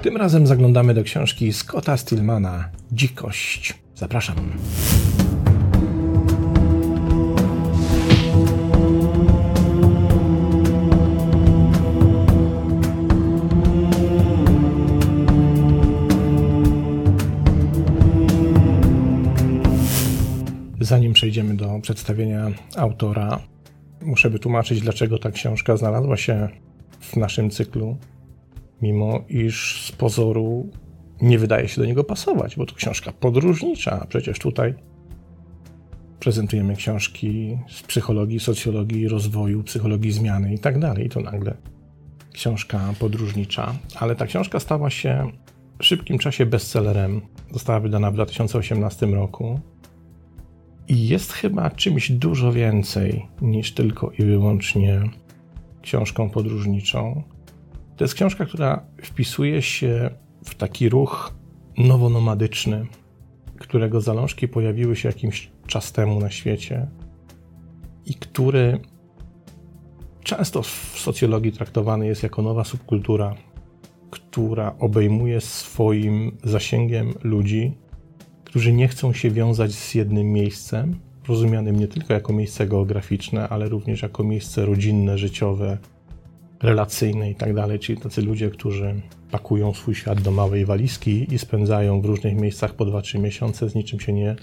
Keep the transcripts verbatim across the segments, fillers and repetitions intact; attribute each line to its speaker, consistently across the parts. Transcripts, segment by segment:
Speaker 1: Tym razem zaglądamy do książki Scotta Stillmana Dzikość. Zapraszam. Zanim przejdziemy do przedstawienia autora, muszę wytłumaczyć, dlaczego ta książka znalazła się w naszym cyklu, mimo iż z pozoru nie wydaje się do niego pasować, bo to książka podróżnicza, a przecież tutaj prezentujemy książki z psychologii, socjologii, rozwoju, psychologii zmiany i tak dalej. To nagle książka podróżnicza, ale ta książka stała się w szybkim czasie bestsellerem. Została wydana w dwa tysiące osiemnastym roku. I jest chyba czymś dużo więcej niż tylko i wyłącznie książką podróżniczą. To jest książka, która wpisuje się w taki ruch nowonomadyczny, którego zalążki pojawiły się jakiś czas temu na świecie i który często w socjologii traktowany jest jako nowa subkultura, która obejmuje swoim zasięgiem ludzi, którzy nie chcą się wiązać z jednym miejscem, rozumianym nie tylko jako miejsce geograficzne, ale również jako miejsce rodzinne, życiowe, relacyjne i tak dalej, czyli tacy ludzie, którzy pakują swój świat do małej walizki i spędzają w różnych miejscach po dwa trzy miesiące, z niczym się nie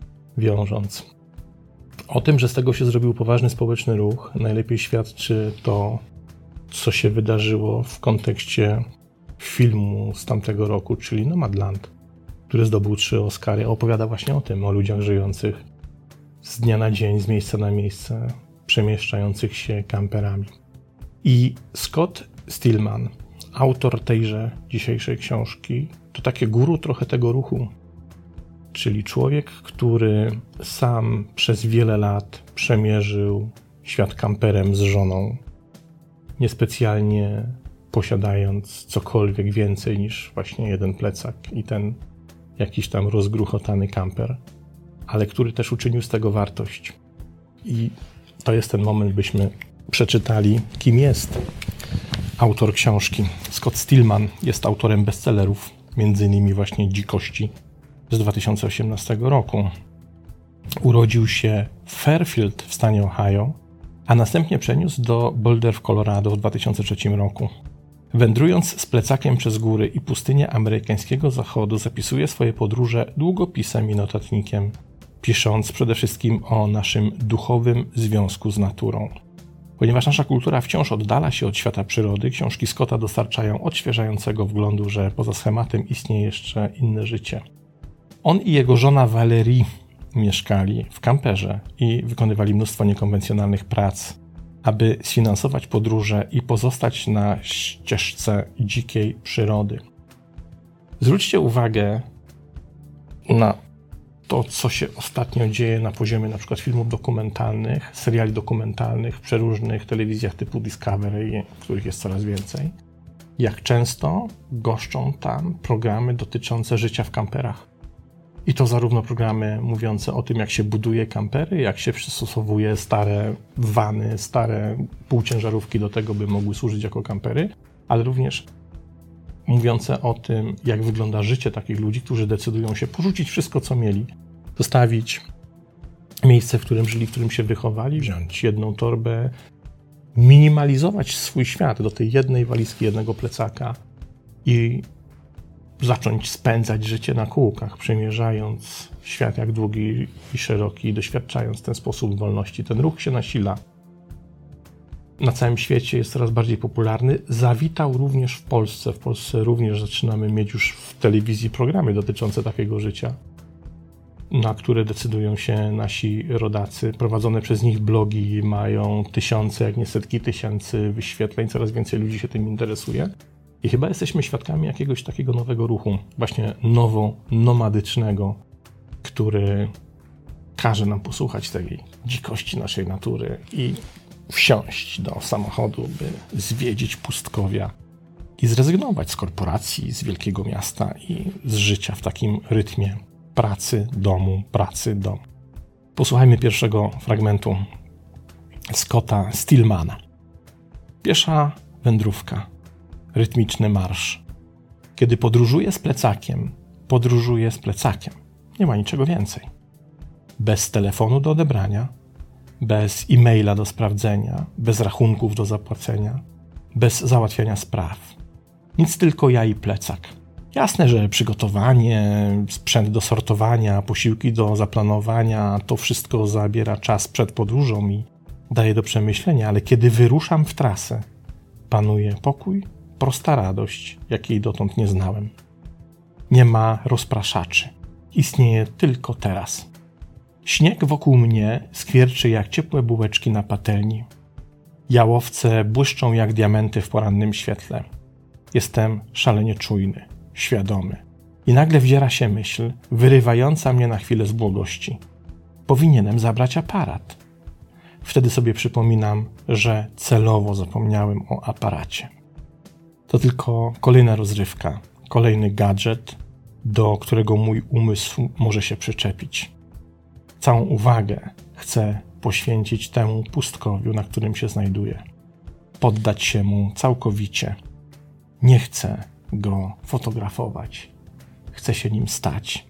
Speaker 1: wiążąc. O tym, że z tego się zrobił poważny społeczny ruch, najlepiej świadczy to, co się wydarzyło w kontekście filmu z tamtego roku, czyli Nomadland, który zdobył trzy Oscary, opowiada właśnie o tym, o ludziach żyjących z dnia na dzień, z miejsca na miejsce, przemieszczających się kamperami. I Scott Stillman, autor tejże dzisiejszej książki, to takie guru trochę tego ruchu, czyli człowiek, który sam przez wiele lat przemierzył świat kamperem z żoną, niespecjalnie posiadając cokolwiek więcej niż właśnie jeden plecak i ten jakiś tam rozgruchotany kamper, ale który też uczynił z tego wartość. I to jest ten moment, byśmy przeczytali, kim jest autor książki. Scott Stillman jest autorem bestsellerów, między innymi właśnie Dzikości z dwa tysiące osiemnastego roku. Urodził się w Fairfield w stanie Ohio, a następnie przeniósł do Boulder w Colorado w dwa tysiące trzecim roku. Wędrując z plecakiem przez góry i pustynię amerykańskiego zachodu, zapisuje swoje podróże długopisem i notatnikiem, pisząc przede wszystkim o naszym duchowym związku z naturą. Ponieważ nasza kultura wciąż oddala się od świata przyrody, książki Scotta dostarczają odświeżającego wglądu, że poza schematem istnieje jeszcze inne życie. On i jego żona Valerie mieszkali w kamperze i wykonywali mnóstwo niekonwencjonalnych prac, aby sfinansować podróże i pozostać na ścieżce dzikiej przyrody. Zwróćcie uwagę na to, co się ostatnio dzieje na poziomie na przykład filmów dokumentalnych, seriali dokumentalnych w przeróżnych telewizjach typu Discovery, których jest coraz więcej. Jak często goszczą tam programy dotyczące życia w kamperach. I to zarówno programy mówiące o tym, jak się buduje kampery, jak się przystosowuje stare wany, stare półciężarówki do tego, by mogły służyć jako kampery, ale również mówiące o tym, jak wygląda życie takich ludzi, którzy decydują się porzucić wszystko, co mieli, zostawić miejsce, w którym żyli, w którym się wychowali, wziąć jedną torbę, minimalizować swój świat do tej jednej walizki, jednego plecaka i zacząć spędzać życie na kółkach, przemierzając świat jak długi i szeroki, doświadczając w ten sposób wolności. Ten ruch się nasila. Na całym świecie jest coraz bardziej popularny. Zawitał również w Polsce. W Polsce również zaczynamy mieć już w telewizji programy dotyczące takiego życia, na które decydują się nasi rodacy. Prowadzone przez nich blogi mają tysiące, jak nie setki tysięcy wyświetleń. Coraz więcej ludzi się tym interesuje. I chyba jesteśmy świadkami jakiegoś takiego nowego ruchu, właśnie nowo-nomadycznego, który każe nam posłuchać tej dzikości naszej natury i wsiąść do samochodu, by zwiedzić pustkowia i zrezygnować z korporacji, z wielkiego miasta i z życia w takim rytmie pracy, domu, pracy, domu. Posłuchajmy pierwszego fragmentu Scotta Stillmana. Piesza wędrówka, rytmiczny marsz. Kiedy podróżuję z plecakiem, podróżuję z plecakiem. Nie ma niczego więcej. Bez telefonu do odebrania, bez e-maila do sprawdzenia, bez rachunków do zapłacenia, bez załatwiania spraw. Nic, tylko ja i plecak. Jasne, że przygotowanie, sprzęt do sortowania, posiłki do zaplanowania, to wszystko zabiera czas przed podróżą i daje do przemyślenia, ale kiedy wyruszam w trasę, panuje pokój, prosta radość, jakiej dotąd nie znałem. Nie ma rozpraszaczy. Istnieje tylko teraz. Śnieg wokół mnie skwierczy jak ciepłe bułeczki na patelni. Jałowce błyszczą jak diamenty w porannym świetle. Jestem szalenie czujny, świadomy. I nagle wdziera się myśl, wyrywająca mnie na chwilę z błogości. Powinienem zabrać aparat. Wtedy sobie przypominam, że celowo zapomniałem o aparacie. To tylko kolejna rozrywka, kolejny gadżet, do którego mój umysł może się przyczepić. Całą uwagę chcę poświęcić temu pustkowiu, na którym się znajduję. Poddać się mu całkowicie. Nie chcę go fotografować. Chcę się nim stać.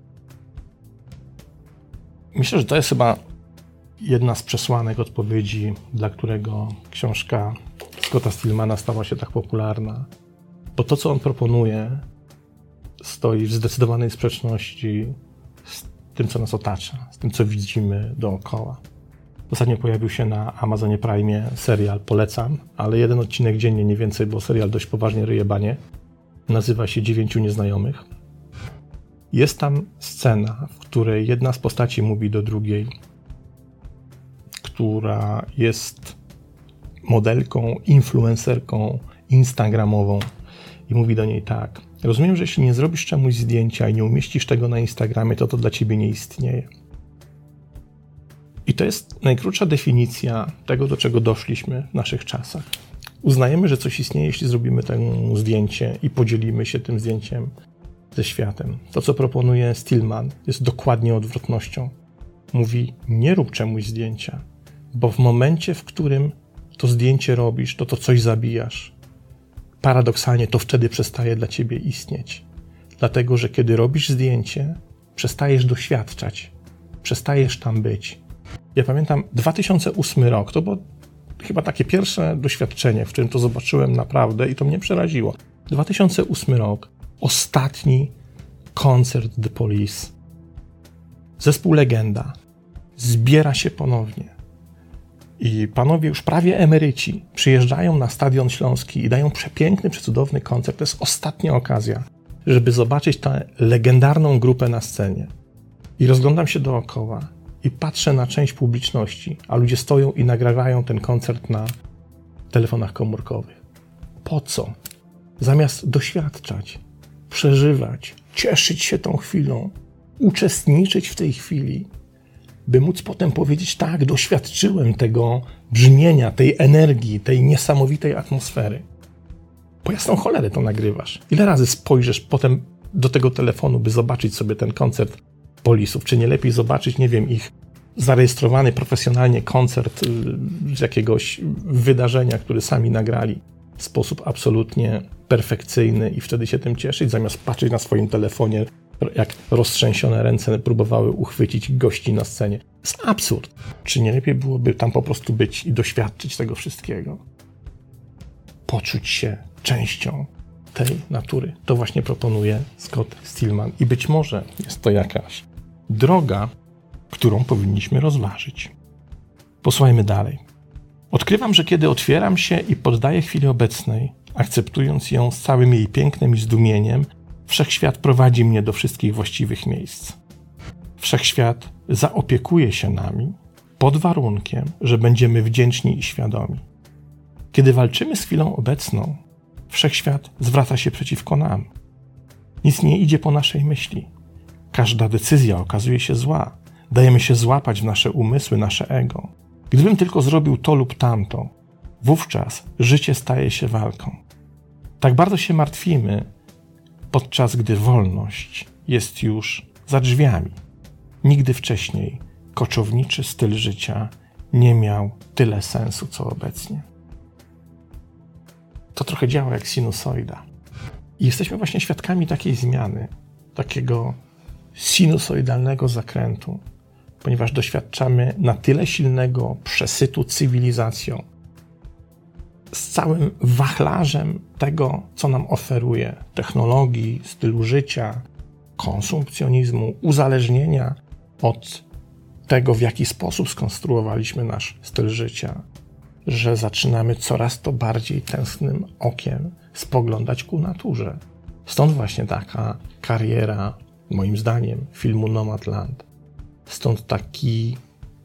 Speaker 1: Myślę, że to jest chyba jedna z przesłanek odpowiedzi, dla którego książka Scotta Stillmana stała się tak popularna. Bo to, co on proponuje, stoi w zdecydowanej sprzeczności z tym, co nas otacza, z tym, co widzimy dookoła. Ostatnio pojawił się na Amazonie Prime serial, polecam, ale jeden odcinek dziennie, nie więcej, bo serial dość poważnie ryje banie. Nazywa się Dziewięciu Nieznajomych. Jest tam scena, w której jedna z postaci mówi do drugiej, która jest modelką, influencerką instagramową i mówi do niej tak: rozumiem, że jeśli nie zrobisz czemuś zdjęcia i nie umieścisz tego na Instagramie, to to dla ciebie nie istnieje. I to jest najkrótsza definicja tego, do czego doszliśmy w naszych czasach. Uznajemy, że coś istnieje, jeśli zrobimy temu zdjęcie i podzielimy się tym zdjęciem ze światem. To, co proponuje Stillman, jest dokładnie odwrotnością. Mówi, nie rób czemuś zdjęcia, bo w momencie, w którym to zdjęcie robisz, to to coś zabijasz. Paradoksalnie to wtedy przestaje dla ciebie istnieć. Dlatego, że kiedy robisz zdjęcie, przestajesz doświadczać, przestajesz tam być. Ja pamiętam dwa tysiące ósmy rok, to było chyba takie pierwsze doświadczenie, w którym to zobaczyłem naprawdę i to mnie przeraziło. dwa tysiące ósmy rok, ostatni koncert The Police. Zespół Legenda zbiera się ponownie. I panowie już prawie emeryci przyjeżdżają na Stadion Śląski i dają przepiękny, przecudowny koncert. To jest ostatnia okazja, żeby zobaczyć tę legendarną grupę na scenie. I rozglądam się dookoła i patrzę na część publiczności, a ludzie stoją i nagrywają ten koncert na telefonach komórkowych. Po co? Zamiast doświadczać, przeżywać, cieszyć się tą chwilą, uczestniczyć w tej chwili, by móc potem powiedzieć, tak, doświadczyłem tego brzmienia, tej energii, tej niesamowitej atmosfery. Po jasną cholerę to nagrywasz. Ile razy spojrzysz potem do tego telefonu, by zobaczyć sobie ten koncert Polisów? Czy nie lepiej zobaczyć, nie wiem, ich zarejestrowany profesjonalnie koncert z jakiegoś wydarzenia, który sami nagrali w sposób absolutnie perfekcyjny i wtedy się tym cieszyć, zamiast patrzeć na swoim telefonie, jak roztrzęsione ręce próbowały uchwycić gości na scenie. To jest absurd. Czy nie lepiej byłoby tam po prostu być i doświadczyć tego wszystkiego? Poczuć się częścią tej natury. To właśnie proponuje Scott Stillman. I być może jest to jakaś droga, którą powinniśmy rozważyć. Posłuchajmy dalej. Odkrywam, że kiedy otwieram się i poddaję chwili obecnej, akceptując ją z całym jej pięknem i zdumieniem, Wszechświat prowadzi mnie do wszystkich właściwych miejsc. Wszechświat zaopiekuje się nami pod warunkiem, że będziemy wdzięczni i świadomi. Kiedy walczymy z chwilą obecną, Wszechświat zwraca się przeciwko nam. Nic nie idzie po naszej myśli. Każda decyzja okazuje się zła. Dajemy się złapać w nasze umysły, nasze ego. Gdybym tylko zrobił to lub tamto, wówczas życie staje się walką. Tak bardzo się martwimy, podczas gdy wolność jest już za drzwiami. Nigdy wcześniej koczowniczy styl życia nie miał tyle sensu, co obecnie. To trochę działa jak sinusoida. I jesteśmy właśnie świadkami takiej zmiany, takiego sinusoidalnego zakrętu, ponieważ doświadczamy na tyle silnego przesytu cywilizacją, z całym wachlarzem tego, co nam oferuje technologii, stylu życia, konsumpcjonizmu, uzależnienia od tego, w jaki sposób skonstruowaliśmy nasz styl życia, że zaczynamy coraz to bardziej tęsknym okiem spoglądać ku naturze. Stąd właśnie taka kariera, moim zdaniem, filmu Nomadland. Stąd taki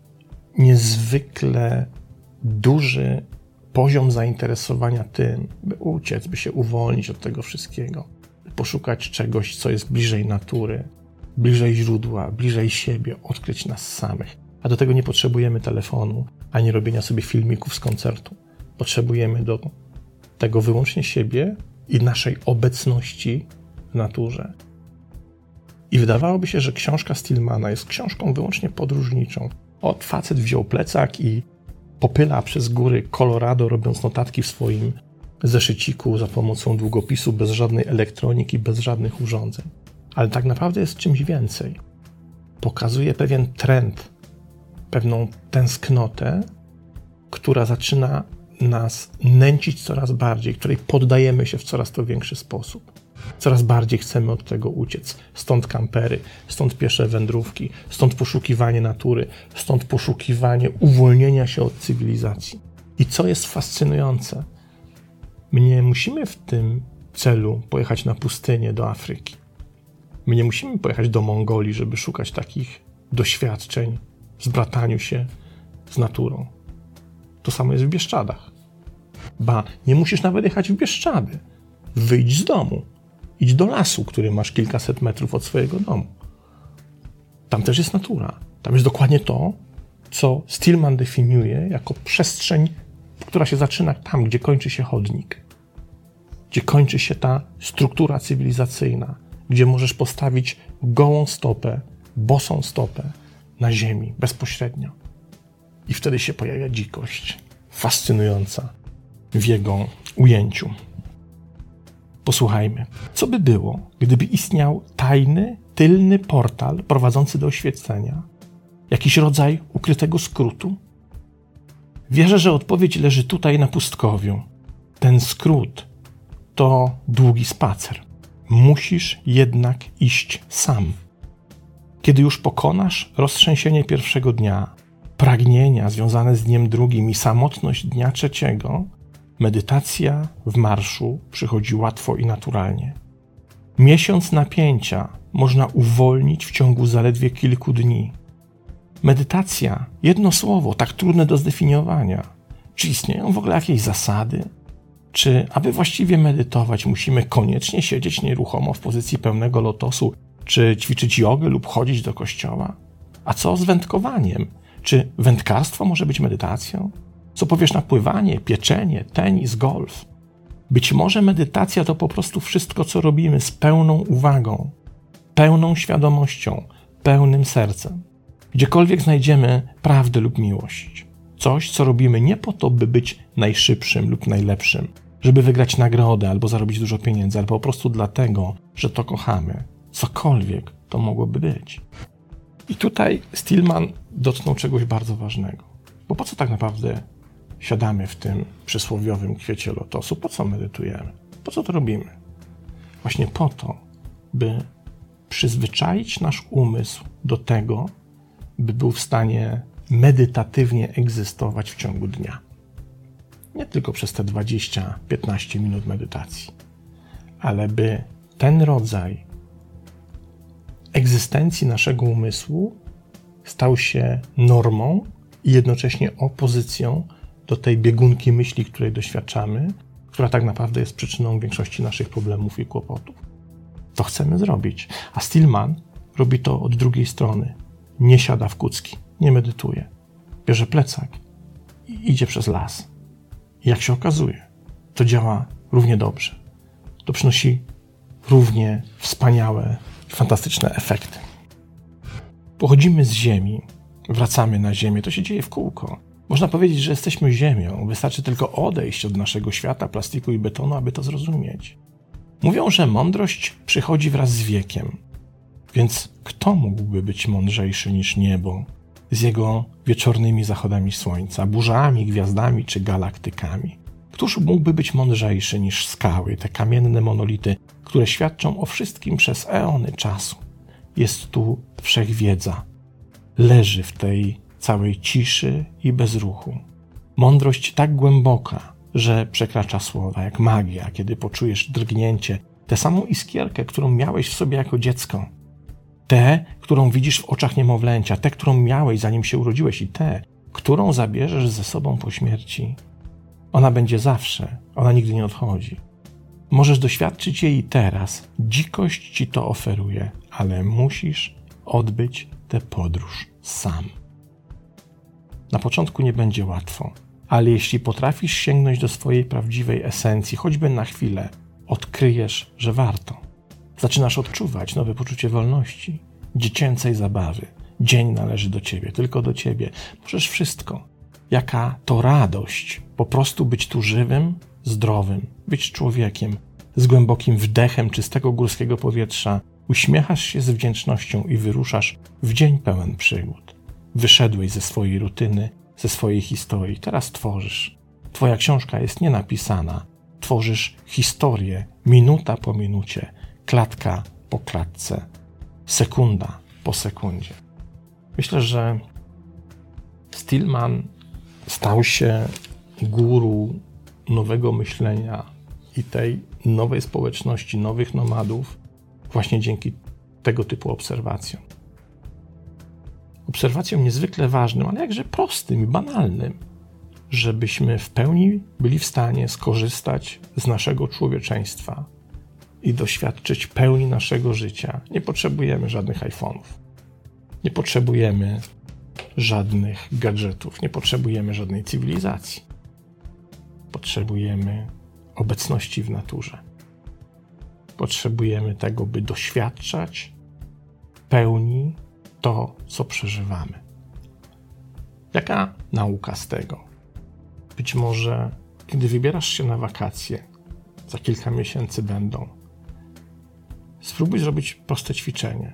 Speaker 1: niezwykle duży poziom zainteresowania tym, by uciec, by się uwolnić od tego wszystkiego, by poszukać czegoś, co jest bliżej natury, bliżej źródła, bliżej siebie, odkryć nas samych. A do tego nie potrzebujemy telefonu, ani robienia sobie filmików z koncertu. Potrzebujemy do tego wyłącznie siebie i naszej obecności w naturze. I wydawałoby się, że książka Stillmana jest książką wyłącznie podróżniczą. Od facet wziął plecak i popyla przez góry Colorado, robiąc notatki w swoim zeszyciku za pomocą długopisu, bez żadnej elektroniki, bez żadnych urządzeń. Ale tak naprawdę jest czymś więcej. Pokazuje pewien trend, pewną tęsknotę, która zaczyna nas nęcić coraz bardziej, której poddajemy się w coraz to większy sposób. Coraz bardziej chcemy od tego uciec. Stąd kampery, stąd piesze wędrówki, stąd poszukiwanie natury, stąd poszukiwanie uwolnienia się od cywilizacji. I co jest fascynujące, my nie musimy w tym celu pojechać na pustynię do Afryki. My nie musimy pojechać do Mongolii, żeby szukać takich doświadczeń w zbrataniu się z naturą. To samo jest w Bieszczadach. Ba, nie musisz nawet jechać w Bieszczady. Wyjdź z domu. Idź do lasu, który masz kilkaset metrów od swojego domu. Tam też jest natura. Tam jest dokładnie to, co Stillman definiuje jako przestrzeń, która się zaczyna tam, gdzie kończy się chodnik. Gdzie kończy się ta struktura cywilizacyjna. Gdzie możesz postawić gołą stopę, bosą stopę na ziemi, bezpośrednio. I wtedy się pojawia dzikość, fascynująca w jego ujęciu. Posłuchajmy, co by było, gdyby istniał tajny, tylny portal prowadzący do oświecenia? Jakiś rodzaj ukrytego skrótu? Wierzę, że odpowiedź leży tutaj na pustkowiu. Ten skrót to długi spacer. Musisz jednak iść sam. Kiedy już pokonasz roztrzęsienie pierwszego dnia, pragnienia związane z dniem drugim i samotność dnia trzeciego, medytacja w marszu przychodzi łatwo i naturalnie. Miesiąc napięcia można uwolnić w ciągu zaledwie kilku dni. Medytacja, jedno słowo, tak trudne do zdefiniowania. Czy istnieją w ogóle jakieś zasady? Czy aby właściwie medytować, musimy koniecznie siedzieć nieruchomo w pozycji pełnego lotosu, czy ćwiczyć jogę lub chodzić do kościoła? A co z wędkowaniem? Czy wędkarstwo może być medytacją? Co powiesz na pływanie, pieczenie, tenis, golf? Być może medytacja to po prostu wszystko, co robimy z pełną uwagą, pełną świadomością, pełnym sercem. Gdziekolwiek znajdziemy prawdę lub miłość. Coś, co robimy nie po to, by być najszybszym lub najlepszym, żeby wygrać nagrodę albo zarobić dużo pieniędzy, ale po prostu dlatego, że to kochamy. Cokolwiek to mogłoby być. I tutaj Stillman dotknął czegoś bardzo ważnego. Bo po co tak naprawdę siadamy w tym przysłowiowym kwiecie lotosu? Po co medytujemy? Po co to robimy? Właśnie po to, by przyzwyczaić nasz umysł do tego, by był w stanie medytatywnie egzystować w ciągu dnia. Nie tylko przez te dwadzieścia do piętnastu minut medytacji, ale by ten rodzaj egzystencji naszego umysłu stał się normą i jednocześnie opozycją do tej biegunki myśli, której doświadczamy, która tak naprawdę jest przyczyną większości naszych problemów i kłopotów. To chcemy zrobić. A Stillman robi to od drugiej strony. Nie siada w kucki, nie medytuje. Bierze plecak i idzie przez las. I jak się okazuje, to działa równie dobrze. To przynosi równie wspaniałe, fantastyczne efekty. Pochodzimy z Ziemi, wracamy na Ziemię, to się dzieje w kółko. Można powiedzieć, że jesteśmy Ziemią. Wystarczy tylko odejść od naszego świata plastiku i betonu, aby to zrozumieć. Mówią, że mądrość przychodzi wraz z wiekiem. Więc kto mógłby być mądrzejszy niż niebo z jego wieczornymi zachodami słońca, burzami, gwiazdami czy galaktykami? Któż mógłby być mądrzejszy niż skały, te kamienne monolity, które świadczą o wszystkim przez eony czasu? Jest tu wszechwiedza. Leży w tej całej ciszy i bezruchu. Mądrość tak głęboka, że przekracza słowa, jak magia, kiedy poczujesz drgnięcie, tę samą iskierkę, którą miałeś w sobie jako dziecko. Tę, którą widzisz w oczach niemowlęcia, tę, którą miałeś, zanim się urodziłeś i tę, którą zabierzesz ze sobą po śmierci. Ona będzie zawsze, ona nigdy nie odchodzi. Możesz doświadczyć jej teraz, dzikość ci to oferuje, ale musisz odbyć tę podróż sam. Na początku nie będzie łatwo, ale jeśli potrafisz sięgnąć do swojej prawdziwej esencji, choćby na chwilę, odkryjesz, że warto. Zaczynasz odczuwać nowe poczucie wolności, dziecięcej zabawy. Dzień należy do ciebie, tylko do ciebie. Możesz wszystko. Jaka to radość po prostu być tu żywym, zdrowym, być człowiekiem, z głębokim wdechem czystego górskiego powietrza. Uśmiechasz się z wdzięcznością i wyruszasz w dzień pełen przygód. Wyszedłeś ze swojej rutyny, ze swojej historii. Teraz tworzysz. Twoja książka jest nienapisana. Tworzysz historię minuta po minucie, klatka po klatce, sekunda po sekundzie. Myślę, że Stillman stał się guru nowego myślenia i tej nowej społeczności, nowych nomadów właśnie dzięki tego typu obserwacjom. Obserwacjom niezwykle ważnym, ale jakże prostym i banalnym, żebyśmy w pełni byli w stanie skorzystać z naszego człowieczeństwa i doświadczyć pełni naszego życia. Nie potrzebujemy żadnych iPhone'ów. Nie potrzebujemy żadnych gadżetów. Nie potrzebujemy żadnej cywilizacji. Potrzebujemy obecności w naturze. Potrzebujemy tego, by doświadczać pełni to, co przeżywamy. Jaka nauka z tego? Być może, kiedy wybierasz się na wakacje, za kilka miesięcy będą, spróbuj zrobić proste ćwiczenie.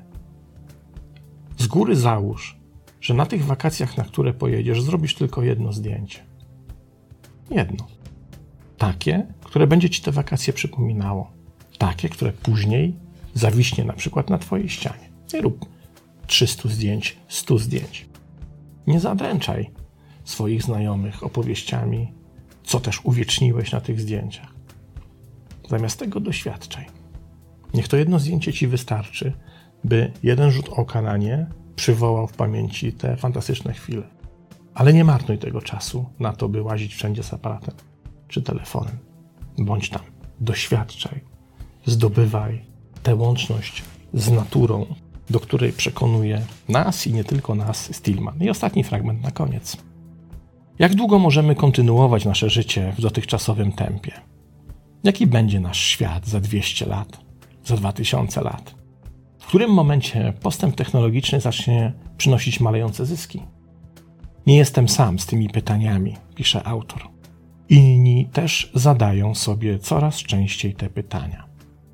Speaker 1: Z góry załóż, że na tych wakacjach, na które pojedziesz, zrobisz tylko jedno zdjęcie. Jedno. Takie, które będzie ci te wakacje przypominało. Takie, które później zawiśnie na przykład na twojej ścianie. Nie rób trzystu zdjęć, stu zdjęć. Nie zadręczaj swoich znajomych opowieściami, co też uwieczniłeś na tych zdjęciach. Zamiast tego doświadczaj. Niech to jedno zdjęcie ci wystarczy, by jeden rzut oka na nie przywołał w pamięci te fantastyczne chwile. Ale nie marnuj tego czasu na to, by łazić wszędzie z aparatem czy telefonem. Bądź tam, doświadczaj, zdobywaj tę łączność z naturą, do której przekonuje nas i nie tylko nas Stillman. I ostatni fragment na koniec. Jak długo możemy kontynuować nasze życie w dotychczasowym tempie? Jaki będzie nasz świat za dwieście lat, za dwa tysiące lat? W którym momencie postęp technologiczny zacznie przynosić malejące zyski? Nie jestem sam z tymi pytaniami, pisze autor. Inni też zadają sobie coraz częściej te pytania.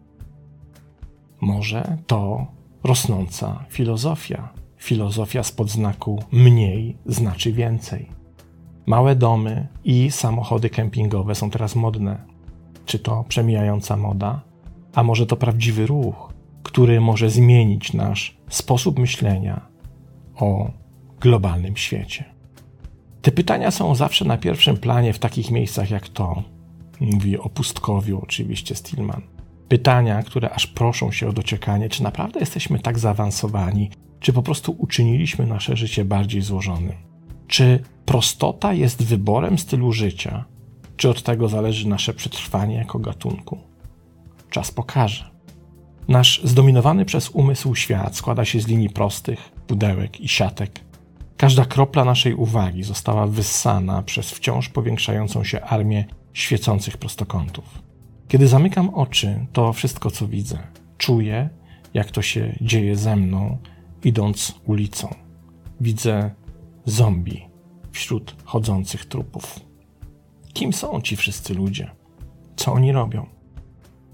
Speaker 1: Może to rosnąca filozofia. Filozofia spod znaku mniej znaczy więcej. Małe domy i samochody kempingowe są teraz modne. Czy to przemijająca moda? A może to prawdziwy ruch, który może zmienić nasz sposób myślenia o globalnym świecie? Te pytania są zawsze na pierwszym planie w takich miejscach jak to. Mówi o pustkowiu oczywiście Stillman. Pytania, które aż proszą się o dociekanie, czy naprawdę jesteśmy tak zaawansowani, czy po prostu uczyniliśmy nasze życie bardziej złożonym? Czy prostota jest wyborem stylu życia, czy od tego zależy nasze przetrwanie jako gatunku? Czas pokaże. Nasz zdominowany przez umysł świat składa się z linii prostych, pudełek i siatek. Każda kropla naszej uwagi została wyssana przez wciąż powiększającą się armię świecących prostokątów. Kiedy zamykam oczy, to wszystko, co widzę. Czuję, jak to się dzieje ze mną, idąc ulicą. Widzę zombie wśród chodzących trupów. Kim są ci wszyscy ludzie? Co oni robią?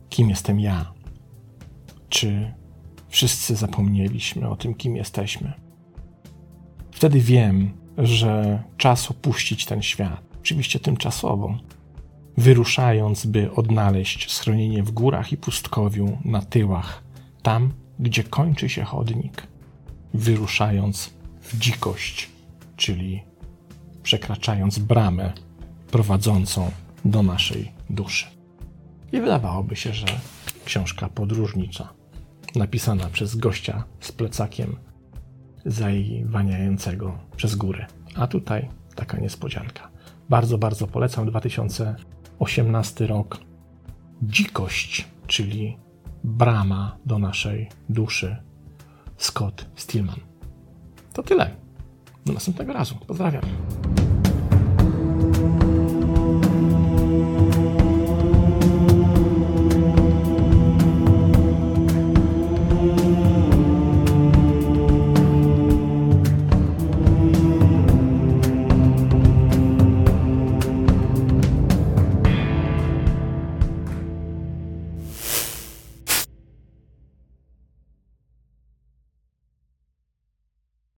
Speaker 1: kim jestem ja? Czy wszyscy zapomnieliśmy o tym, kim jesteśmy? Wtedy wiem, że czas opuścić ten świat, oczywiście tymczasowo, wyruszając, by odnaleźć schronienie w górach i pustkowiu na tyłach, tam, gdzie kończy się chodnik, wyruszając w dzikość, czyli przekraczając bramę prowadzącą do naszej duszy. I wydawałoby się, że książka podróżnicza, napisana przez gościa z plecakiem zaiwaniającego przez góry. A tutaj taka niespodzianka. Bardzo, bardzo polecam. dwa tysiące osiemnasty rok. Dzikość, czyli brama do naszej duszy. Scott Stillman. To tyle. Do następnego razu. Pozdrawiam.